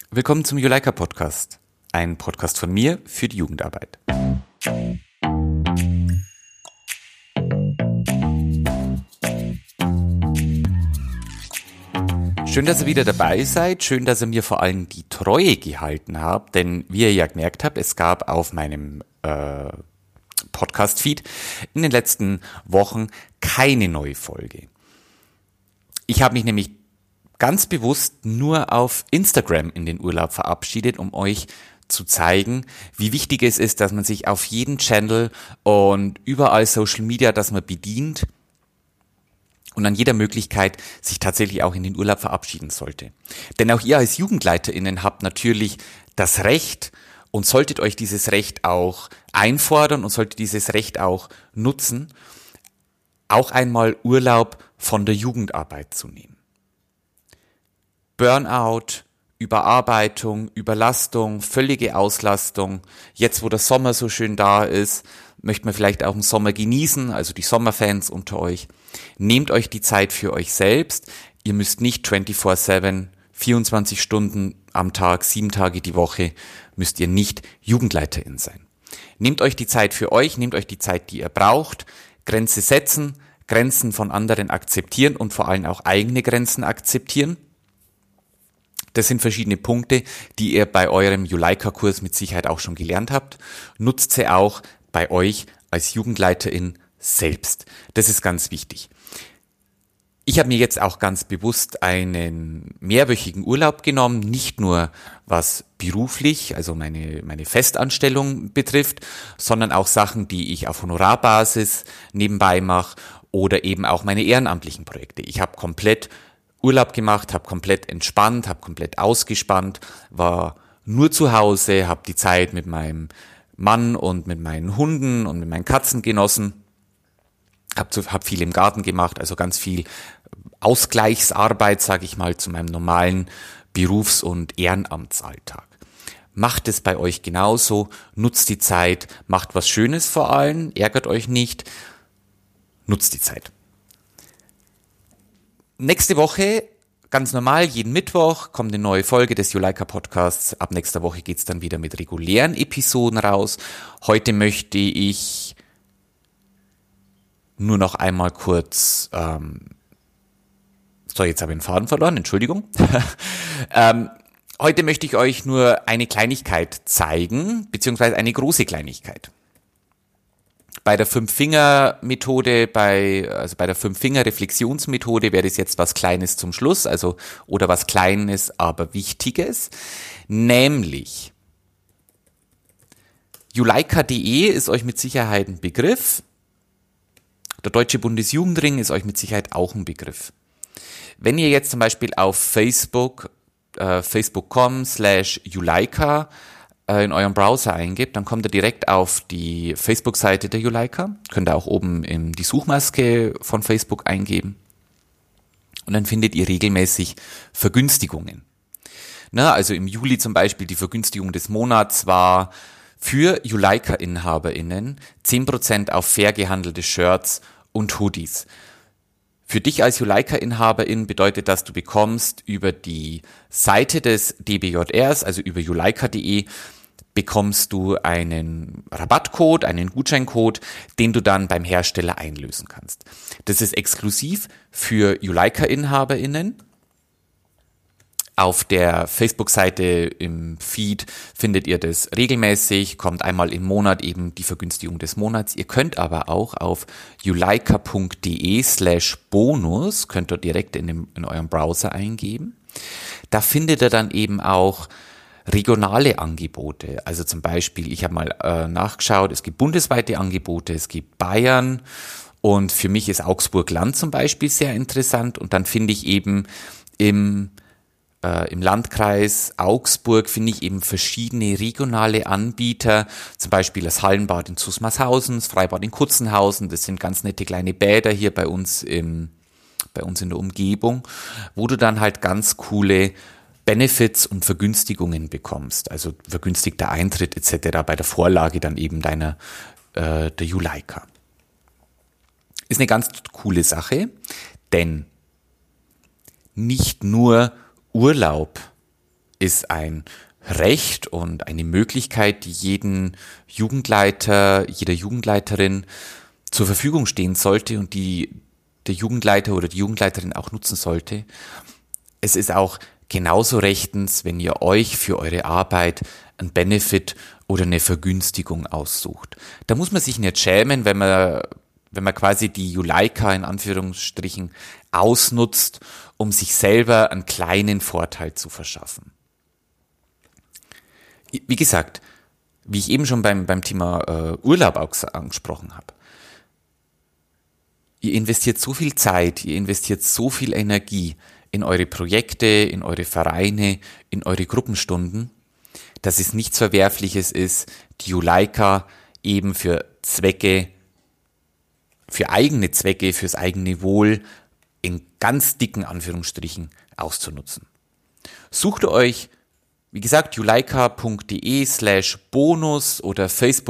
Willkommen zum Juleika Podcast, ein Podcast von mir für die Jugendarbeit. Schön, dass ihr wieder dabei seid, schön, dass ihr mir vor allem die Treue gehalten habt, denn wie ihr ja gemerkt habt, es gab auf meinem Podcast-Feed in den letzten Wochen keine neue Folge. Ich habe mich nämlich ganz bewusst nur auf Instagram in den Urlaub verabschiedet, um euch zu zeigen, wie wichtig es ist, dass man sich auf jeden Channel und überall Social Media, das man bedient und an jeder Möglichkeit sich tatsächlich auch in den Urlaub verabschieden sollte. Denn auch ihr als JugendleiterInnen habt natürlich das Recht und solltet euch dieses Recht auch einfordern und solltet dieses Recht auch nutzen, auch einmal Urlaub von der Jugendarbeit zu nehmen. Burnout, Überarbeitung, Überlastung, völlige Auslastung. Jetzt, wo der Sommer so schön da ist, möchte man vielleicht auch den Sommer genießen, also die Sommerfans unter euch. Nehmt euch die Zeit für euch selbst. Ihr müsst nicht 24/7, 24 Stunden am Tag, 7 Tage die Woche, müsst ihr nicht Jugendleiterin sein. Nehmt euch die Zeit für euch, nehmt euch die Zeit, die ihr braucht. Grenze setzen, Grenzen von anderen akzeptieren und vor allem auch eigene Grenzen akzeptieren. Das sind verschiedene Punkte, die ihr bei eurem Juleika-Kurs mit Sicherheit auch schon gelernt habt. Nutzt sie auch bei euch als Jugendleiterin selbst. Das ist ganz wichtig. Ich habe mir jetzt auch ganz bewusst einen mehrwöchigen Urlaub genommen, nicht nur was beruflich, also meine Festanstellung betrifft, sondern auch Sachen, die ich auf Honorarbasis nebenbei mache oder eben auch meine ehrenamtlichen Projekte. Ich habe komplett Urlaub gemacht, habe komplett entspannt, habe komplett ausgespannt, war nur zu Hause, habe die Zeit mit meinem Mann und mit meinen Hunden und mit meinen Katzen genossen, hab viel im Garten gemacht, also ganz viel Ausgleichsarbeit, sage ich mal, zu meinem normalen Berufs- und Ehrenamtsalltag. Macht es bei euch genauso, nutzt die Zeit, macht was Schönes vor allem, ärgert euch nicht, nutzt die Zeit. Nächste Woche, ganz normal, jeden Mittwoch kommt eine neue Folge des Juleika Podcasts. Ab nächster Woche geht's dann wieder mit regulären Episoden raus. Heute möchte ich nur noch einmal kurz, jetzt habe ich den Faden verloren, Entschuldigung. Heute möchte ich euch nur eine Kleinigkeit zeigen, beziehungsweise eine große Kleinigkeit. Bei der 5-Finger-Methode, bei der 5-Finger-Reflexionsmethode wäre das jetzt was Kleines zum Schluss, oder was Kleines, aber Wichtiges. Nämlich, juleika.de ist euch mit Sicherheit ein Begriff. Der Deutsche Bundesjugendring ist euch mit Sicherheit auch ein Begriff. Wenn ihr jetzt zum Beispiel auf facebook.com/juleika in eurem Browser eingebt, dann kommt ihr direkt auf die Facebook-Seite der Juleika. Könnt ihr auch oben in die Suchmaske von Facebook eingeben. Und dann findet ihr regelmäßig Vergünstigungen. Also im Juli zum Beispiel die Vergünstigung des Monats war für Juleika-InhaberInnen 10% auf fair gehandelte Shirts und Hoodies. Für dich als Juleika-Inhaberin bedeutet das, du bekommst über die Seite des DBJRs, also über juleika.de, bekommst du einen Rabattcode, einen Gutscheincode, den du dann beim Hersteller einlösen kannst. Das ist exklusiv für Juleika-InhaberInnen. Auf der Facebook-Seite im Feed findet ihr das regelmäßig, kommt einmal im Monat eben die Vergünstigung des Monats. Ihr könnt aber auch auf juleika.de/bonus, könnt ihr direkt in eurem Browser eingeben. Da findet ihr dann eben auch regionale Angebote. Also zum Beispiel, ich habe mal nachgeschaut, es gibt bundesweite Angebote, es gibt Bayern und für mich ist Augsburg-Land zum Beispiel sehr interessant. Und dann finde ich eben im Landkreis Augsburg finde ich eben verschiedene regionale Anbieter, zum Beispiel das Hallenbad in Zusmarshausen, das Freibad in Kutzenhausen, das sind ganz nette kleine Bäder hier bei uns in der Umgebung, wo du dann halt ganz coole Benefits und Vergünstigungen bekommst, also vergünstigter Eintritt etc. bei der Vorlage dann eben der Juleika. Ist eine ganz coole Sache, denn nicht nur Urlaub ist ein Recht und eine Möglichkeit, die jeden Jugendleiter, jeder Jugendleiterin zur Verfügung stehen sollte und die der Jugendleiter oder die Jugendleiterin auch nutzen sollte. Es ist auch genauso rechtens, wenn ihr euch für eure Arbeit einen Benefit oder eine Vergünstigung aussucht. Da muss man sich nicht schämen, wenn man quasi die Juleika in Anführungsstrichen ausnutzt, um sich selber einen kleinen Vorteil zu verschaffen. Wie gesagt, wie ich eben schon beim Thema Urlaub auch angesprochen habe, ihr investiert so viel Zeit, ihr investiert so viel Energie in eure Projekte, in eure Vereine, in eure Gruppenstunden, dass es nichts Verwerfliches ist, die Juleika eben für eigene Zwecke, fürs eigene Wohl in ganz dicken Anführungsstrichen auszunutzen. Sucht euch, wie gesagt, juleika.de/bonus oder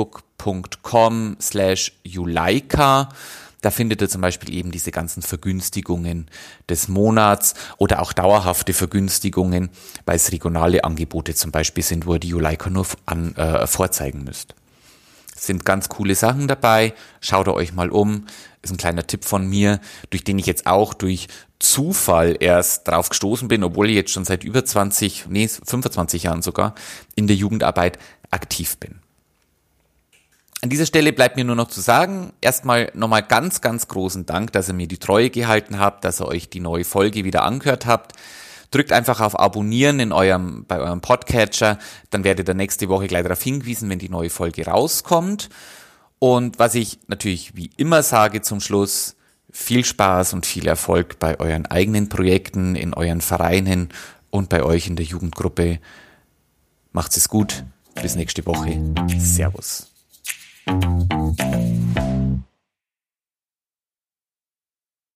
facebook.com/juleika. Da findet ihr zum Beispiel eben diese ganzen Vergünstigungen des Monats oder auch dauerhafte Vergünstigungen, weil es regionale Angebote zum Beispiel sind, wo ihr die Juleika nur vorzeigen müsst. Es sind ganz coole Sachen dabei, schaut euch mal um, ist ein kleiner Tipp von mir, durch den ich jetzt auch durch Zufall erst drauf gestoßen bin, obwohl ich jetzt schon seit 25 Jahren sogar in der Jugendarbeit aktiv bin. An dieser Stelle bleibt mir nur noch zu sagen, erstmal nochmal ganz, ganz großen Dank, dass ihr mir die Treue gehalten habt, dass ihr euch die neue Folge wieder angehört habt. Drückt einfach auf Abonnieren bei eurem Podcatcher, dann werdet ihr nächste Woche gleich darauf hingewiesen, wenn die neue Folge rauskommt. Und was ich natürlich wie immer sage zum Schluss, viel Spaß und viel Erfolg bei euren eigenen Projekten, in euren Vereinen und bei euch in der Jugendgruppe. Macht's es gut, bis nächste Woche. Servus.